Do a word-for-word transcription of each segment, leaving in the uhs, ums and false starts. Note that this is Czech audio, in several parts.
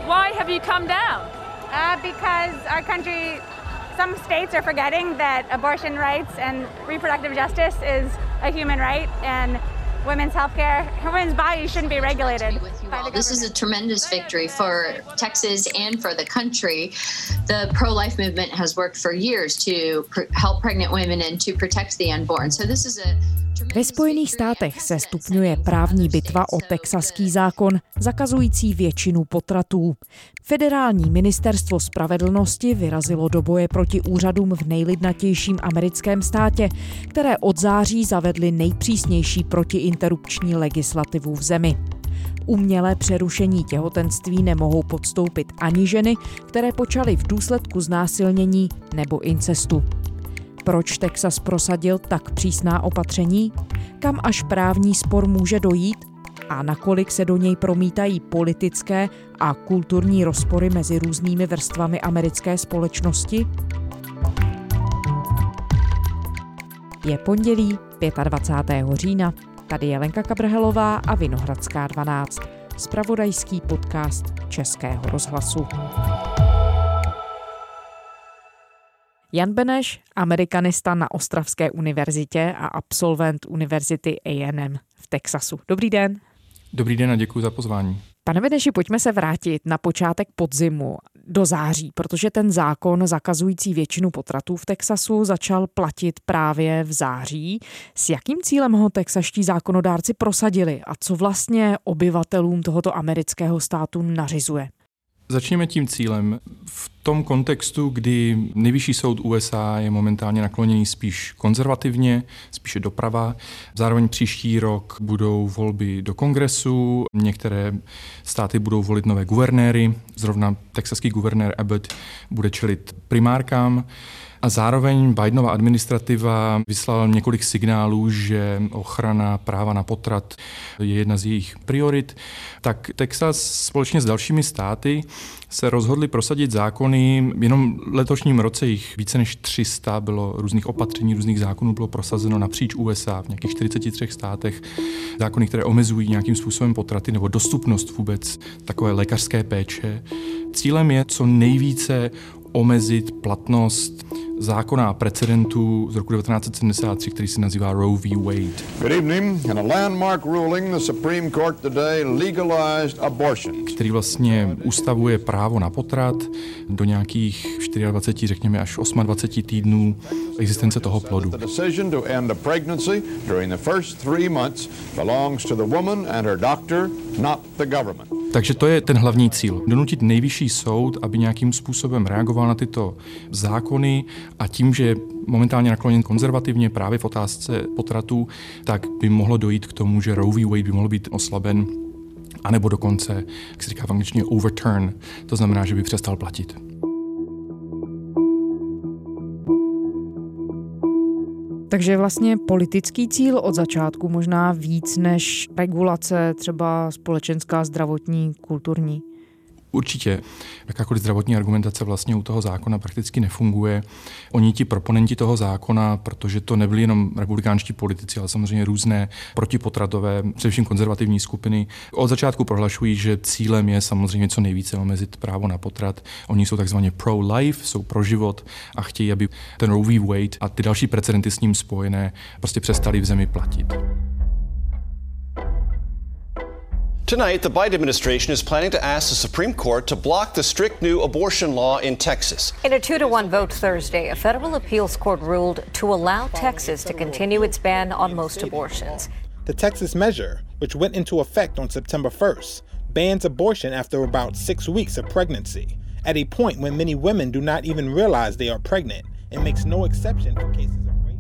Why have you come down? Uh, because our country, some states are forgetting that abortion rights and reproductive justice is a human right, and women's healthcare, women's bodies shouldn't be regulated by the government. This is a tremendous victory for Texas and for the country. The pro-life movement has worked for years to pr- help pregnant women and to protect the unborn. So this is a Ve Spojených státech se stupňuje právní bitva o texaský zákon zakazující většinu potratů. Federální ministerstvo spravedlnosti vyrazilo do boje proti úřadům v nejlidnatějším americkém státě, které od září zavedly nejpřísnější protiinterrupční legislativu v zemi. Umělé přerušení těhotenství nemohou podstoupit ani ženy, které počaly v důsledku znásilnění nebo incestu. Proč Texas prosadil tak přísná opatření? Kam až právní spor může dojít? A nakolik se do něj promítají politické a kulturní rozpory mezi různými vrstvami americké společnosti? Je pondělí dvacátého pátého října. Tady je Lenka Kabrhelová a Vinohradská dvanáct. Zpravodajský podcast Českého rozhlasu. Jan Beneš, amerikanista na Ostravské univerzitě a absolvent univerzity A and M v Texasu. Dobrý den. Dobrý den a děkuji za pozvání. Pane Beneši, pojďme se vrátit na počátek podzimu do září, protože ten zákon zakazující většinu potratů v Texasu začal platit právě v září. S jakým cílem ho texaští zákonodárci prosadili a co vlastně obyvatelům tohoto amerického státu nařizuje? Začněme tím cílem. V tom kontextu, kdy nejvyšší soud U S A je momentálně nakloněný spíš konzervativně, spíše doprava. Zároveň příští rok budou volby do kongresu, některé státy budou volit nové guvernéry, zrovna texaský guvernér Abbott bude čelit primárkám. A zároveň Bidenova administrativa vyslala několik signálů, že ochrana práva na potrat je jedna z jejich priorit. Tak Texas společně s dalšími státy se rozhodli prosadit zákony. Jenom v letošním roce jich více než tři sta bylo různých opatření, různých zákonů bylo prosazeno napříč U S A v nějakých čtyřiceti třech státech. Zákony, které omezují nějakým způsobem potraty nebo dostupnost vůbec takové lékařské péče. Cílem je co nejvíce omezit platnost zákona a precedentů z roku devatenáct set sedmdesát tři, který se nazývá Roe v. Wade. Good evening. In a landmark ruling, the Supreme Court today legalized abortion. Který vlastně ustavuje právo na potrat do nějakých dvacet čtyři, řekněme až dvacet osm týdnů existence toho plodu. The decision to end a pregnancy during the first three months belongs to the woman and her doctor, not the government. Takže to je ten hlavní cíl. Donutit nejvyšší soud, aby nějakým způsobem reagoval na tyto zákony a tím, že je momentálně nakloněn konzervativně právě v otázce potratů, tak by mohlo dojít k tomu, že Roe v. Wade by mohl být oslaben, anebo dokonce, jak se říká v angličtině, overturn. To znamená, že by přestal platit. Takže vlastně politický cíl od začátku možná víc než regulace, třeba společenská, zdravotní, kulturní. Určitě. Jakákoliv zdravotní argumentace vlastně u toho zákona prakticky nefunguje. Oni ti proponenti toho zákona, protože to nebyli jenom republikánští politici, ale samozřejmě různé protipotratové, především konzervativní skupiny, od začátku prohlašují, že cílem je samozřejmě co nejvíce omezit právo na potrat. Oni jsou takzvaně pro-life, jsou pro život a chtějí, aby ten Roe v. Wade a ty další precedenty s ním spojené prostě přestali v zemi platit. Tonight, the Biden administration is planning to ask the Supreme Court to block the strict new abortion law in Texas. In a two to one vote Thursday, a federal appeals court ruled to allow Texas to continue its ban on most abortions. The Texas measure, which went into effect on September first, bans abortion after about six weeks of pregnancy, at a point when many women do not even realize they are pregnant, and makes no exception for cases of rape.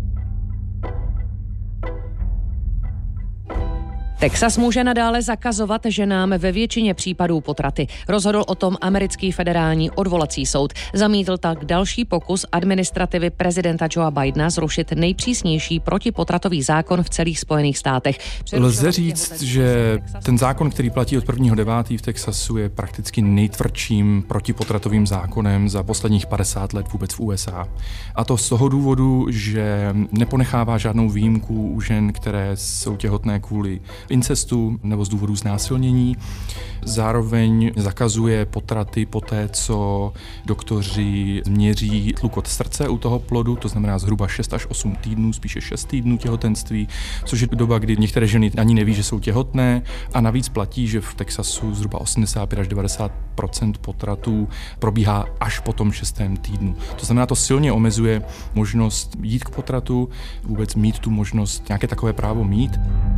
Texas může nadále zakazovat ženám ve většině případů potraty. Rozhodl o tom americký federální odvolací soud. Zamítl tak další pokus administrativy prezidenta Joea Bidena zrušit nejpřísnější protipotratový zákon v celých Spojených státech. Lze říct, že ten zákon, který platí od prvního devátého v Texasu, je prakticky nejtvrdším protipotratovým zákonem za posledních padesát let vůbec v U S A. A to z toho důvodu, že neponechává žádnou výjimku u žen, které jsou těhotné kvůli incestu nebo z důvodu znásilnění. Zároveň zakazuje potraty poté, co doktoři změří tlukot srdce u toho plodu, to znamená zhruba šest až osm týdnů, spíše šest týdnů těhotenství, což je doba, kdy některé ženy ani neví, že jsou těhotné, a navíc platí, že v Texasu zhruba osmdesát pět až devadesát procent potratů probíhá až po tom šestém týdnu. To znamená, to silně omezuje možnost jít k potratu, vůbec mít tu možnost nějaké takové právo mít.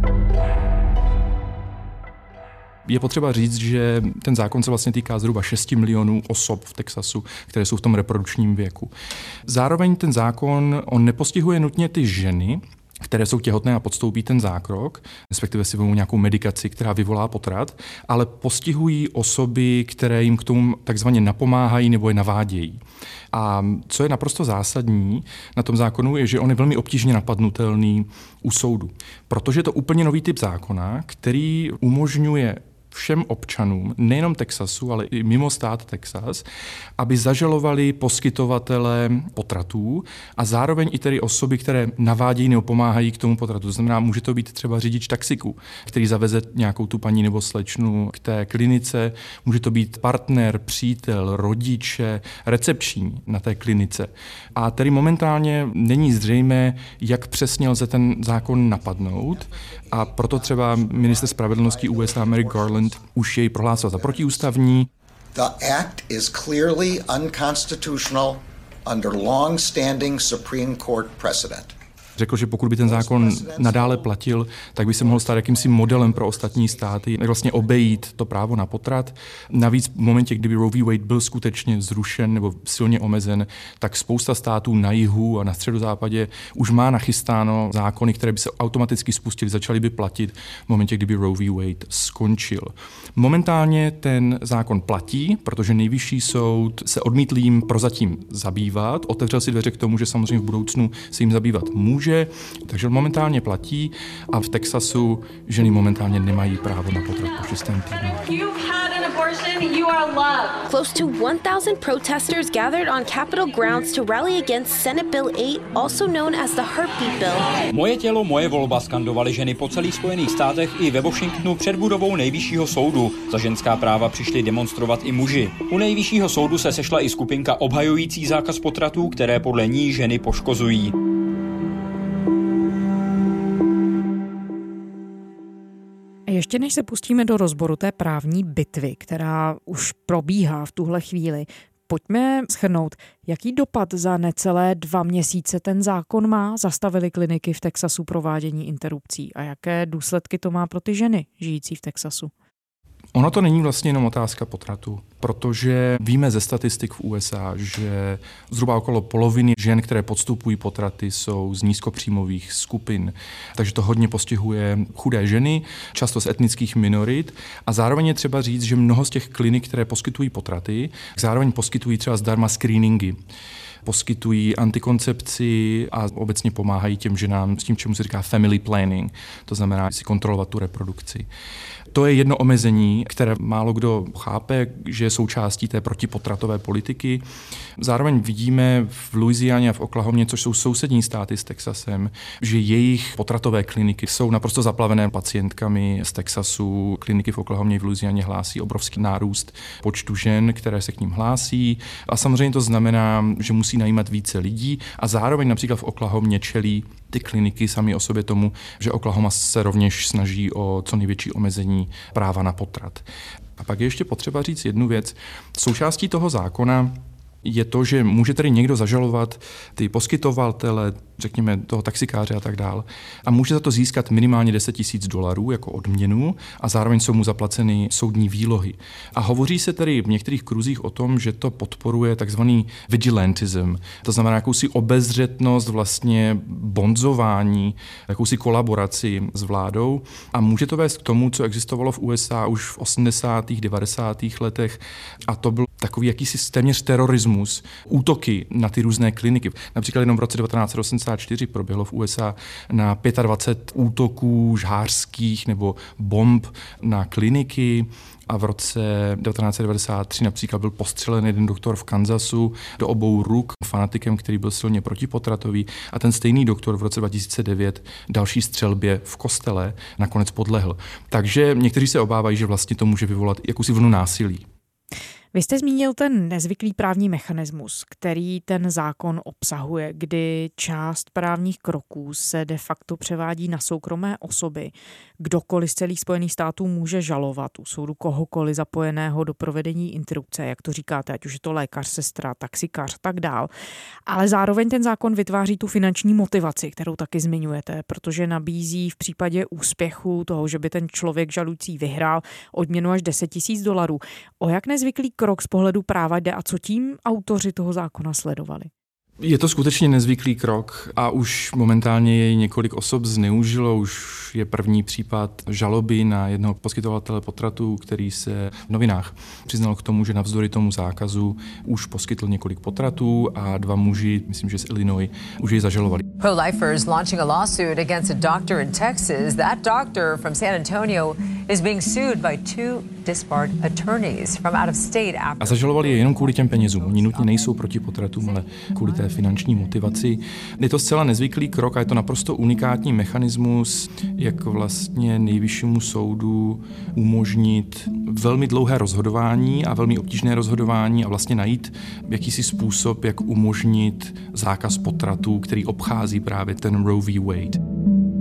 Je potřeba říct, že ten zákon se vlastně týká zhruba šesti milionů osob v Texasu, které jsou v tom reprodukčním věku. Zároveň ten zákon, on nepostihuje nutně ty ženy, které jsou těhotné a podstoupí ten zákrok, respektive si vezmou nějakou medikaci, která vyvolá potrat, ale postihují osoby, které jim k tomu takzvaně napomáhají nebo je navádějí. A co je naprosto zásadní na tom zákonu, je, že on je velmi obtížně napadnutelný u soudu. Protože je to úplně nový typ zákona, který umožňuje všem občanům, nejenom Texasu, ale i mimo stát Texas, aby zažalovali poskytovatele potratů a zároveň i tedy osoby, které navádějí nebo pomáhají k tomu potratu. To znamená, může to být třeba řidič taxiku, který zaveze nějakou tu paní nebo slečnu k té klinice, může to být partner, přítel, rodiče, recepční na té klinice. A tedy momentálně není zřejmé, jak přesně lze ten zákon napadnout, a proto třeba ministr spravedlnosti U S A Merrick Garland už jej prohlásil za protiústavní. The act is clearly unconstitutional under long-standing Supreme Court precedent. Řekl, že pokud by ten zákon nadále platil, tak by se mohl stát jakýmsi modelem pro ostatní státy, jak vlastně obejít to právo na potrat. Navíc v momentě, kdyby Roe v. Wade byl skutečně zrušen nebo silně omezen, tak spousta států na jihu a na středozápadě už má nachystáno zákony, které by se automaticky spustily, začaly by platit v momentě, kdyby Roe v. Wade skončil. Momentálně ten zákon platí, protože nejvyšší soud se odmítl jim prozatím zabývat, otevřel si dveře k tomu, že samozřejmě v budoucnu se jim zabývat může. Takže momentálně platí a v Texasu ženy momentálně nemají právo na potrat po šestém týdnu. Close to one thousand protesters gathered on Capitol grounds to rally against Senate Bill eight, also known as the Heartbeat Bill. Moje tělo, moje volba, skandovali ženy po celých Spojených státech i ve Washingtonu před budovou Nejvyššího soudu. Za ženská práva přišli demonstrovat i muži. U Nejvyššího soudu se sešla i skupinka obhajující zákaz potratů, které podle ní ženy poškozují. Ještě než se pustíme do rozboru té právní bitvy, která už probíhá v tuhle chvíli, pojďme shrnout, jaký dopad za necelé dva měsíce ten zákon má. Zastavili kliniky v Texasu provádění interrupcí a jaké důsledky to má pro ty ženy žijící v Texasu? Ono to není vlastně jenom otázka potratu, protože víme ze statistik v U S A, že zhruba okolo poloviny žen, které podstupují potraty, jsou z nízkopříjmových skupin. Takže to hodně postihuje chudé ženy, často z etnických minorit, a zároveň je třeba říct, že mnoho z těch klinik, které poskytují potraty, zároveň poskytují třeba zdarma screeningy. Poskytují antikoncepci a obecně pomáhají těm ženám s tím, čemu se říká family planning, to znamená si kontrolovat tu reprodukci. To je jedno omezení, které málo kdo chápe, že je součástí té protipotratové politiky. Zároveň vidíme v Louisianě a v Oklahomě, což jsou sousední státy s Texasem, že jejich potratové kliniky jsou naprosto zaplavené pacientkami z Texasu. Kliniky v Oklahomě i v Louisianě hlásí obrovský nárůst počtu žen, které se k ním hlásí. A samozřejmě to znamená, že musí najímat více lidí a zároveň například v Oklahomě čelí ty kliniky sami o sobě tomu, že Oklahoma se rovněž snaží o co největší omezení práva na potrat. A pak je ještě potřeba říct jednu věc. Součástí toho zákona je to, že může tedy někdo zažalovat ty poskytovatele, řekněme toho taxikáře a tak dál, a může za to získat minimálně deset tisíc dolarů jako odměnu a zároveň jsou mu zaplaceny soudní výlohy. A hovoří se tedy v některých kruzích o tom, že to podporuje takzvaný vigilantism, to znamená jakousi obezřetnost, vlastně bonzování, jakousi kolaboraci s vládou, a může to vést k tomu, co existovalo v U S A už v osmdesátých, devadesátých letech, a to byl takový jakýsi téměř terorismus, útoky na ty různé kliniky. Například jenom v roce devatenáct osmdesát čtyři proběhlo v U S A na dvacet pět útoků žhářských nebo bomb na kliniky. a v roce devatenáct set devadesát tři například byl postřelen jeden doktor v Kansasu do obou ruk fanatikem, který byl silně protipotratový, a ten stejný doktor v roce dva tisíce devět další střelbě v kostele nakonec podlehl. Takže někteří se obávají, že vlastně to může vyvolat jakousi vlnu násilí. Vy jste zmínil ten nezvyklý právní mechanismus, který ten zákon obsahuje, kdy část právních kroků se de facto převádí na soukromé osoby. Kdokoliv z celých Spojených států může žalovat u soudu kohokoliv zapojeného do provedení interrupce, jak to říkáte, ať už je to lékař, sestra, taxikář, tak dál. Ale zároveň ten zákon vytváří tu finanční motivaci, kterou taky zmiňujete, protože nabízí v případě úspěchu toho, že by ten člověk žalující vyhrál, odměnu až deset tisíc dolarů. O jak nezvyklý krok z pohledu práva jde a co tím autoři toho zákona sledovali? Je to skutečně nezvyklý krok a už momentálně jej několik osob zneužilo. Už je první případ žaloby na jednoho poskytovatele potratů, který se v novinách přiznal k tomu, že navzdory tomu zákazu už poskytl několik potratů a dva muži, myslím, že z Illinois, už jej zažalovali. Pro-lifers launching a lawsuit against a doctor in Texas. That doctor from San Antonio is being sued by two disbarred attorneys from out of state. A zažalovali je jenom kvůli těm penězům. Oni nutně nejsou proti potratům, ale kvůli té finanční motivaci. Je to zcela nezvyklý krok a je to naprosto unikátní mechanismus, jak vlastně nejvyššímu soudu umožnit velmi dlouhé rozhodování a velmi obtížné rozhodování a vlastně najít jakýsi způsob, jak umožnit zákaz potratů, který obchází právě ten Roe v. Wade.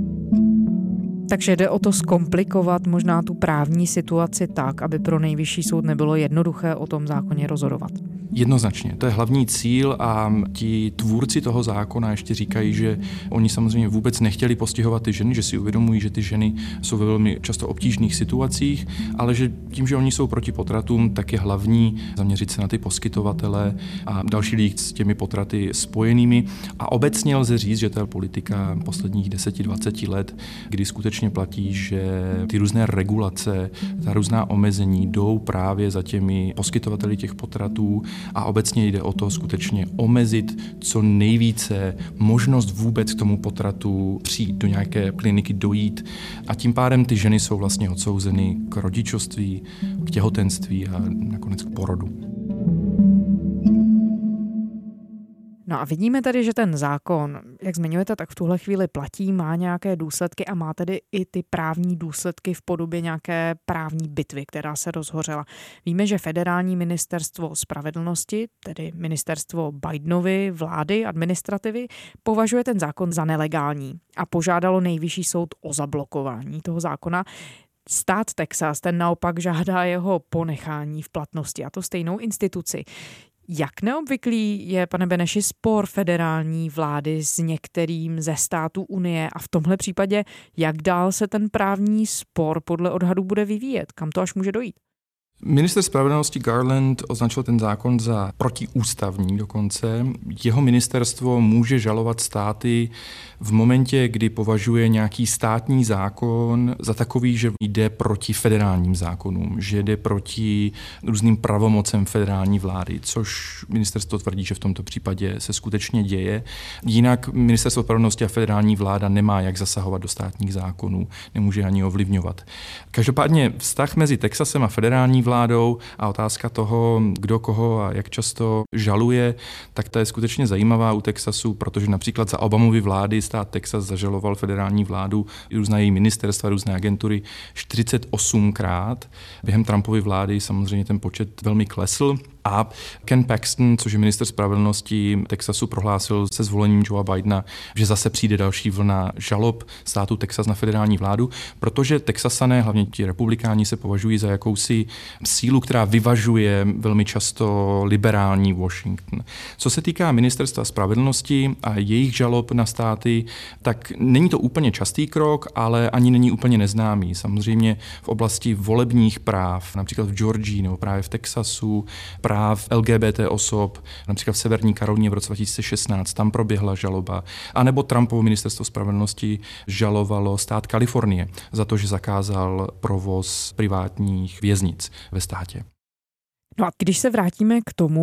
Takže jde o to zkomplikovat možná tu právní situaci tak, aby pro nejvyšší soud nebylo jednoduché o tom zákoně rozhodovat. Jednoznačně, to je hlavní cíl a ti tvůrci toho zákona ještě říkají, že oni samozřejmě vůbec nechtěli postihovat ty ženy, že si uvědomují, že ty ženy jsou ve velmi často obtížných situacích, ale že tím, že oni jsou proti potratům, tak je hlavní zaměřit se na ty poskytovatele a další lidi s těmi potraty spojenými. A obecně lze říct, že ta politika posledních deset dvacet let, kdy skutečně platí, že ty různé regulace, ta různá omezení jdou právě za těmi poskytovateli těch potratů. A obecně jde o to skutečně omezit co nejvíce možnost vůbec k tomu potratu přijít, do nějaké kliniky dojít. A tím pádem ty ženy jsou vlastně odsouzeny k rodičovství, k těhotenství a nakonec k porodu. No a vidíme tady, že ten zákon, jak zmiňujete, tak v tuhle chvíli platí, má nějaké důsledky a má tedy i ty právní důsledky v podobě nějaké právní bitvy, která se rozhořela. Víme, že federální ministerstvo spravedlnosti, tedy ministerstvo Bidenovy vlády, administrativy, považuje ten zákon za nelegální a požádalo nejvyšší soud o zablokování toho zákona. Stát Texas, ten naopak žádá jeho ponechání v platnosti, a to stejnou instituci. Jak neobvyklý je, pane Beneši, spor federální vlády s některým ze států Unie a v tomhle případě, jak dál se ten právní spor podle odhadu bude vyvíjet? Kam to až může dojít? Minister spravedlnosti Garland označil ten zákon za protiústavní dokonce. Jeho ministerstvo může žalovat státy v momentě, kdy považuje nějaký státní zákon za takový, že jde proti federálním zákonům, že jde proti různým pravomocem federální vlády, což ministerstvo tvrdí, že v tomto případě se skutečně děje. Jinak ministerstvo spravedlnosti a federální vláda nemá jak zasahovat do státních zákonů, nemůže ani ovlivňovat. Každopádně vztah mezi Texasem a federální vládou vládou a otázka toho, kdo koho a jak často žaluje, tak to je skutečně zajímavá u Texasu, protože například za Obamovy vlády stát Texas zažaloval federální vládu, různá její ministerstva, různé agentury čtyřicet osmkrát. Během Trumpovy vlády samozřejmě ten počet velmi klesl. A Ken Paxton, což je ministr spravedlnosti Texasu, prohlásil se zvolením Joea Bidena, že zase přijde další vlna žalob státu Texas na federální vládu, protože Texasané, hlavně ti republikáni, se považují za jakousi sílu, která vyvažuje velmi často liberální Washington. Co se týká ministerstva spravedlnosti a jejich žalob na státy, tak není to úplně častý krok, ale ani není úplně neznámý. Samozřejmě v oblasti volebních práv, například v Georgii nebo právě v Texasu, práv L G B T osob, například v Severní Karolíně v roce dva tisíce šestnáct, tam proběhla žaloba. A nebo Trumpovo ministerstvo spravedlnosti žalovalo stát Kalifornie za to, že zakázal provoz privátních věznic ve státě. No a když se vrátíme k tomu,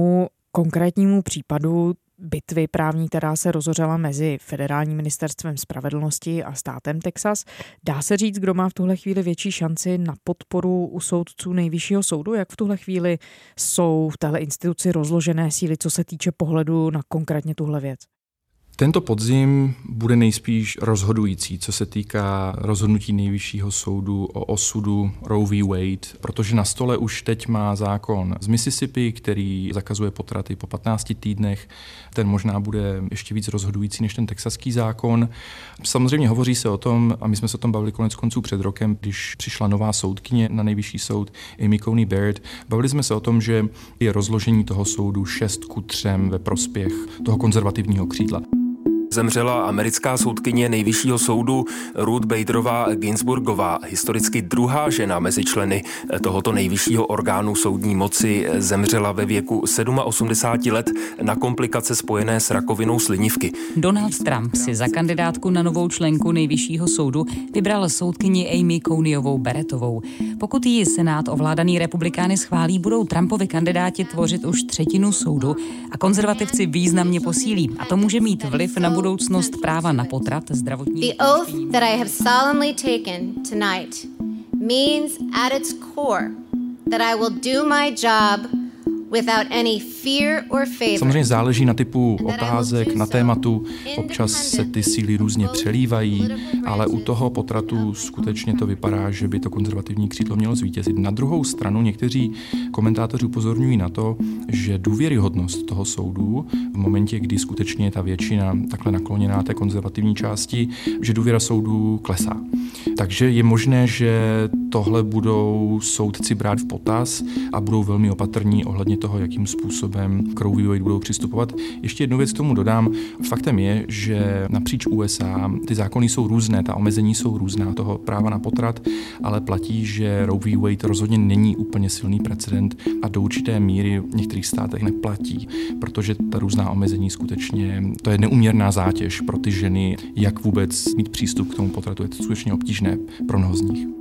konkrétnímu případu bitvy právní, která se rozhořela mezi Federálním ministerstvem spravedlnosti a státem Texas. Dá se říct, kdo má v tuhle chvíli větší šanci na podporu u soudců Nejvyššího soudu? Jak v tuhle chvíli jsou v téhle instituci rozložené síly, co se týče pohledu na konkrétně tuhle věc? Tento podzim bude nejspíš rozhodující, co se týká rozhodnutí Nejvyššího soudu o osudu Roe v. Wade, protože na stole už teď má zákon z Mississippi, který zakazuje potraty po patnácti týdnech. Ten možná bude ještě víc rozhodující než ten texaský zákon. Samozřejmě hovoří se o tom, a my jsme se o tom bavili konec konců před rokem, když přišla nová soudkyně na Nejvyšší soud Amy Coney Barrett. Bavili jsme se o tom, že je rozložení toho soudu šest ku třem ve prospěch toho konzervativního křídla. Zemřela americká soudkyně Nejvyššího soudu Ruth Baderová Ginsburgová, historicky druhá žena mezi členy tohoto nejvyššího orgánu soudní moci. Zemřela ve věku osmdesáti sedmi let na komplikace spojené s rakovinou slinivky. Donald Trump si za kandidátku na novou členku Nejvyššího soudu vybral soudkyni Amy Coneyovou Barrettovou. Pokud ji Senát ovládaný republikány schválí, budou Trumpovi kandidáti tvořit už třetinu soudu a konzervativci významně posílí. A to může mít vliv na budoucnost práva na potrat, zdravotní. The oath that I have solemnly taken tonight means at its core that I will do my job without any fear or favor. Samozřejmě záleží na typu otázek, na tématu, občas se ty síly různě přelívají, ale u toho potratu skutečně to vypadá, že by to konzervativní křídlo mělo zvítězit. Na druhou stranu někteří komentátoři upozorňují na to, že důvěryhodnost toho soudu v momentě, kdy skutečně je ta většina takhle nakloněná té konzervativní části, že důvěra soudu klesá. Takže je možné, že tohle budou soudci brát v potaz a budou velmi opatrní ohledně toho, jakým způsobem k Roe v. Wade budou přistupovat. Ještě jednu věc k tomu dodám. Faktem je, že napříč U S A ty zákony jsou různé, ta omezení jsou různá toho práva na potrat, ale platí, že Roe v. Wade rozhodně není úplně silný precedent a do určité míry v některých státech neplatí, protože ta různá omezení skutečně, to je neúměrná zátěž pro ty ženy, jak vůbec mít přístup k tomu potratu. Je to skutečně obtížné pro mnoho z nich.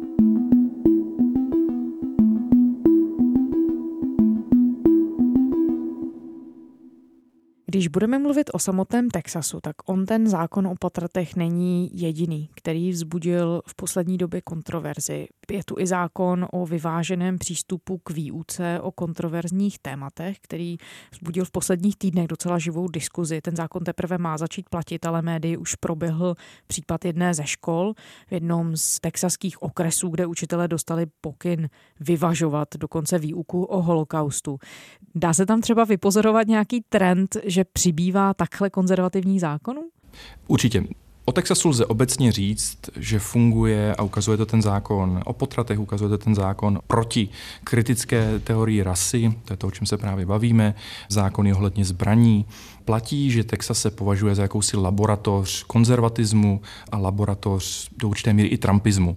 Když budeme mluvit o samotném Texasu, tak on ten zákon o potratech není jediný, který vzbudil v poslední době kontroverzi. Je tu i zákon o vyváženém přístupu k výuce o kontroverzních tématech, který vzbudil v posledních týdnech docela živou diskuzi. Ten zákon teprve má začít platit, ale médii už proběhl případ jedné ze škol v jednom z texaských okresů, kde učitelé dostali pokyn vyvažovat dokonce výuku o holokaustu. Dá se tam třeba vypozorovat nějaký trend, že přibývá takhle konzervativních zákonů? Určitě. O Texasu lze obecně říct, že funguje a ukazuje to ten zákon o potratech, ukazuje to ten zákon proti kritické teorii rasy, to je to, o čem se právě bavíme, zákony ohledně zbraní. Platí, že Texas se považuje za jakousi laboratoř konzervatismu a laboratoř do určité míry i trumpismu.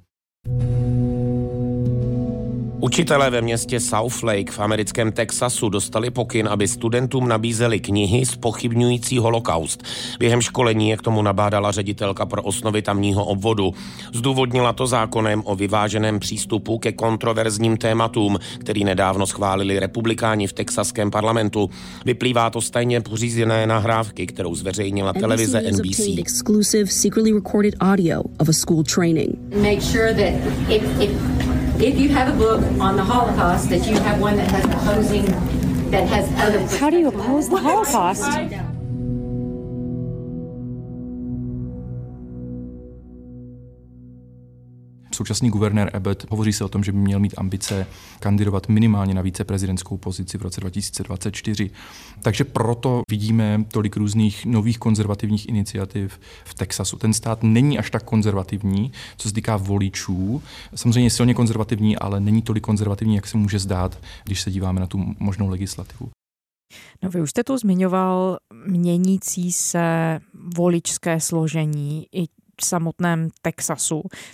Učitelé ve městě South Lake v americkém Texasu dostali pokyn, aby studentům nabízeli knihy zpochybňující holokaust. Během školení je k tomu nabádala ředitelka pro osnovy tamního obvodu. Zdůvodnila to zákonem o vyváženém přístupu ke kontroverzním tématům, který nedávno schválili republikáni v texaském parlamentu. Vyplývá to z tajně pořízené nahrávky, kterou zveřejnila televize N B C. Exclusive secretly recorded audio of a school training. Make sure that if, if If you have a book on the Holocaust, that you have one that has opposing, that has other... How do you oppose the Holocaust? Současný guvernér Abbott, hovoří se o tom, že by měl mít ambice kandidovat minimálně na viceprezidentskou pozici v roce dva tisíce dvacet čtyři. Takže proto vidíme tolik různých nových konzervativních iniciativ v Texasu. Ten stát není až tak konzervativní, co se týká voličů. Samozřejmě je silně konzervativní, ale není tolik konzervativní, jak se může zdát, když se díváme na tu možnou legislativu. No, vy už jste tu zmiňoval měnící se voličské složení i v samotném Texasu.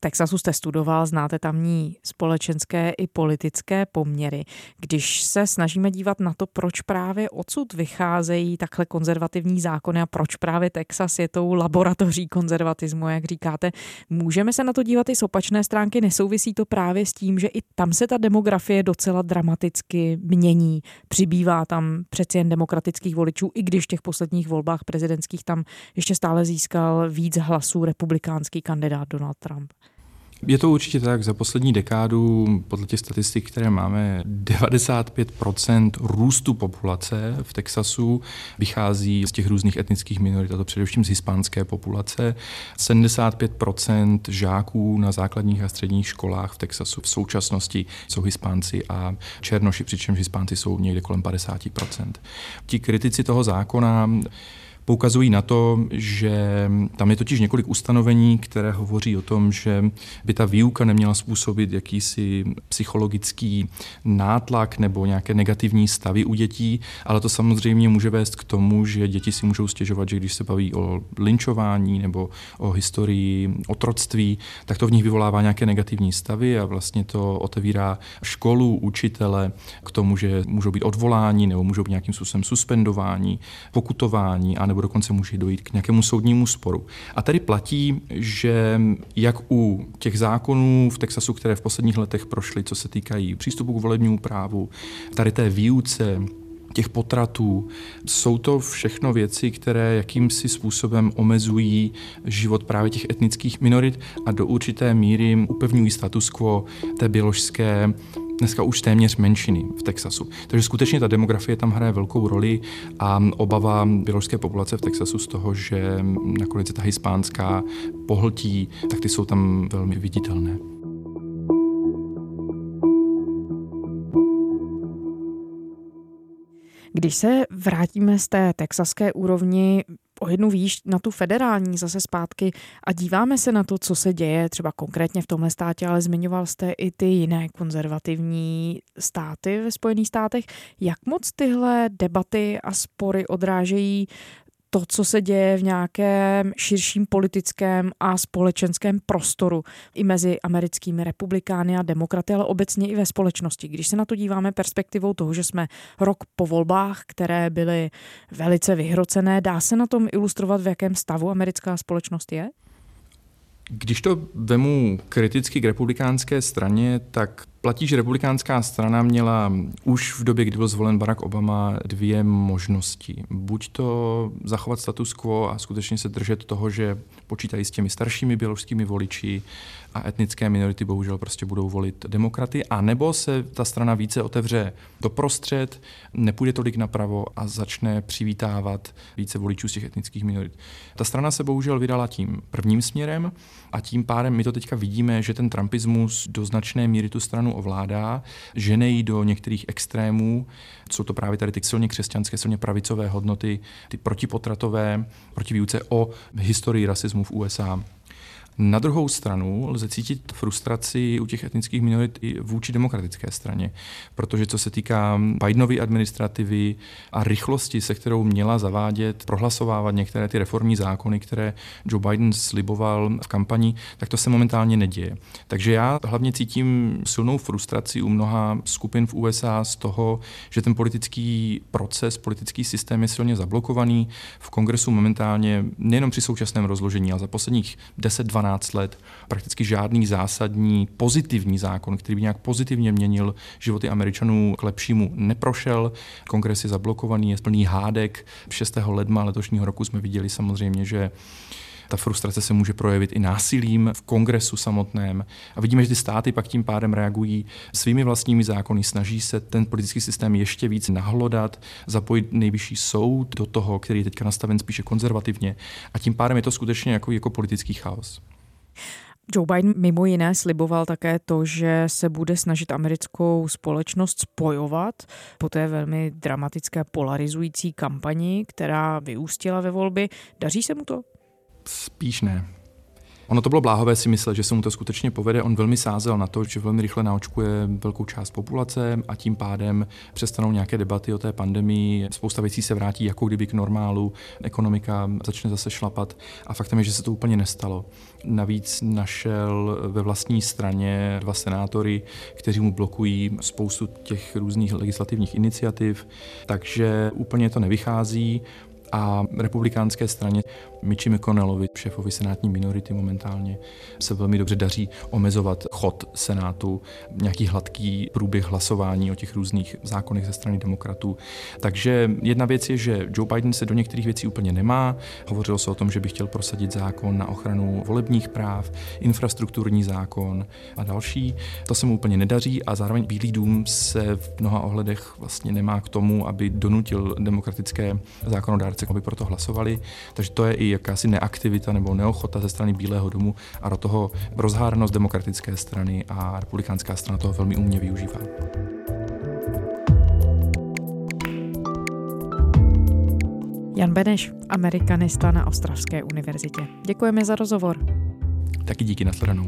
Texasu jste studoval, znáte tamní společenské i politické poměry. Když se snažíme dívat na to, proč právě odsud vycházejí takhle konzervativní zákony a proč právě Texas je tou laboratoří konzervatismu, jak říkáte, můžeme se na to dívat i z opačné stránky, nesouvisí to právě s tím, že i tam se ta demografie docela dramaticky mění, přibývá tam přeci jen demokratických voličů, i když v těch posledních volbách prezidentských tam ještě stále získal víc hlasů republikánský kandidát Donald Trump. Je to určitě tak, za poslední dekádu, podle těch statistik, které máme, devadesát pět procent růstu populace v Texasu vychází z těch různých etnických minorit, a to především z hispánské populace. sedmdesát pět procent žáků na základních a středních školách v Texasu v současnosti jsou Hispánci a Černoši, přičemž Hispánci jsou někde kolem padesát procent. Ti kritici toho zákona poukazují na to, že tam je totiž několik ustanovení, které hovoří o tom, že by ta výuka neměla způsobit jakýsi psychologický nátlak nebo nějaké negativní stavy u dětí, ale to samozřejmě může vést k tomu, že děti si můžou stěžovat, že když se baví o lynčování nebo o historii otroctví, tak to v nich vyvolává nějaké negativní stavy a vlastně to otevírá školu, učitele k tomu, že můžou být odvoláni nebo můžou být nějakým způsobem suspendováni, pokutováni a nebo dokonce může dojít k nějakému soudnímu sporu. A tady platí, že jak u těch zákonů v Texasu, které v posledních letech prošly, co se týkají přístupu k volebnímu právu, tady té výuce, těch potratů, jsou to všechno věci, které jakýmsi způsobem omezují život právě těch etnických minorit a do určité míry upevňují status quo té běložské dneska už téměř menšiny v Texasu. Takže skutečně ta demografie tam hraje velkou roli a obava běložské populace v Texasu z toho, že nakonec ta hispánská pohltí, tak ty jsou tam velmi viditelné. Když se vrátíme z té texaské úrovni o jednu výš na tu federální zase zpátky a díváme se na to, co se děje třeba konkrétně v tomhle státě, ale zmiňoval jste i ty jiné konzervativní státy ve Spojených státech. Jak moc tyhle debaty a spory odrážejí to, co se děje v nějakém širším politickém a společenském prostoru i mezi americkými republikány a demokraty, ale obecně i ve společnosti. Když se na to díváme perspektivou toho, že jsme rok po volbách, které byly velice vyhrocené, dá se na tom ilustrovat, v jakém stavu americká společnost je? Když to vemu kriticky k republikánské straně, tak platí, že republikánská strana měla už v době, kdy byl zvolen Barack Obama, dvě možnosti. Buď to zachovat status quo a skutečně se držet toho, že počítají s těmi staršími běložskými voliči a etnické minority bohužel prostě budou volit demokraty, a nebo se ta strana více otevře doprostřed, nepůjde tolik napravo a začne přivítávat více voličů z těch etnických minorit. Ta strana se bohužel vydala tím prvním směrem a tím pádem my to teďka vidíme, že ten trumpismus do značné míry tu stranu ovládá, žene jí do některých extrémů, jsou to právě tady ty silně křesťanské, silně pravicové hodnoty, ty protipotratové, proti výuce o historii rasismu v U S A. Na druhou stranu lze cítit frustraci u těch etnických minorit i vůči demokratické straně, protože co se týká Bidenovy administrativy a rychlosti, se kterou měla zavádět, prohlasovávat některé ty reformní zákony, které Joe Biden sliboval v kampani, tak to se momentálně neděje. Takže já hlavně cítím silnou frustraci u mnoha skupin v U S A z toho, že ten politický proces, politický systém je silně zablokovaný. V kongresu momentálně nejenom při současném rozložení, ale za posledních deset dvanáct let prakticky žádný zásadní pozitivní zákon, který by nějak pozitivně měnil životy Američanů k lepšímu, neprošel. Kongres je zablokovaný, je plný hádek. šestého ledna letošního roku jsme viděli samozřejmě, že ta frustrace se může projevit i násilím v kongresu samotném. A vidíme, že ty státy pak tím pádem reagují svými vlastními zákony, snaží se ten politický systém ještě víc nahlodat, zapojit nejvyšší soud do toho, který je teďka nastaven spíše konzervativně. A tím pádem je to skutečně jako, jako politický chaos. Joe Biden mimo jiné sliboval také to, že se bude snažit americkou společnost spojovat po té velmi dramatické polarizující kampani, která vyústila ve volby. Daří se mu to? Spíš ne. Ono to bylo bláhové si myslet, že se mu to skutečně povede. On velmi sázel na to, že velmi rychle naočkuje velkou část populace a tím pádem přestanou nějaké debaty o té pandemii. Spousta věcí se vrátí jako kdyby k normálu, ekonomika začne zase šlapat a faktem je, že se to úplně nestalo. Navíc našel ve vlastní straně dva senátory, kteří mu blokují spoustu těch různých legislativních iniciativ, takže úplně to nevychází. A republikánské straně Mitchi McConnellovi, šéfovi senátní minority momentálně, se velmi dobře daří omezovat chod senátu, nějaký hladký průběh hlasování o těch různých zákonech ze strany demokratů. Takže jedna věc je, že Joe Biden se do některých věcí úplně nemá. Hovořilo se o tom, že by chtěl prosadit zákon na ochranu volebních práv, infrastrukturní zákon a další. To se mu úplně nedaří a zároveň Bílý dům se v mnoha ohledech vlastně nemá k tomu, aby donutil demokratické zákonodárce, aby proto hlasovali. Takže to je i jakási neaktivita nebo neochota ze strany Bílého domu a do toho rozhádanost demokratické strany a republikánská strana toho velmi umně využívá. Jan Beneš, amerikanista na Ostravské univerzitě. Děkujeme za rozhovor. Taky díky, nashledanou.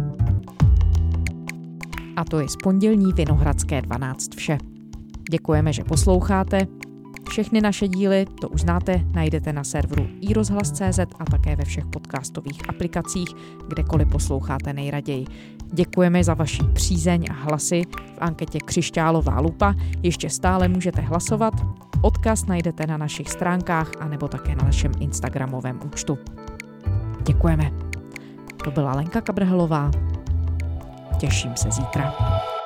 A to je z pondělní Vinohradské dvanáct vše. Děkujeme, že posloucháte. Všechny naše díly, to už znáte, najdete na serveru i rozhlas tečka cé zet a také ve všech podcastových aplikacích, kdekoliv posloucháte nejraději. Děkujeme za vaši přízeň a hlasy v anketě Křišťálová lupa. Ještě stále můžete hlasovat. Odkaz najdete na našich stránkách anebo také na našem instagramovém účtu. Děkujeme. To byla Lenka Kabrhelová. Těším se zítra.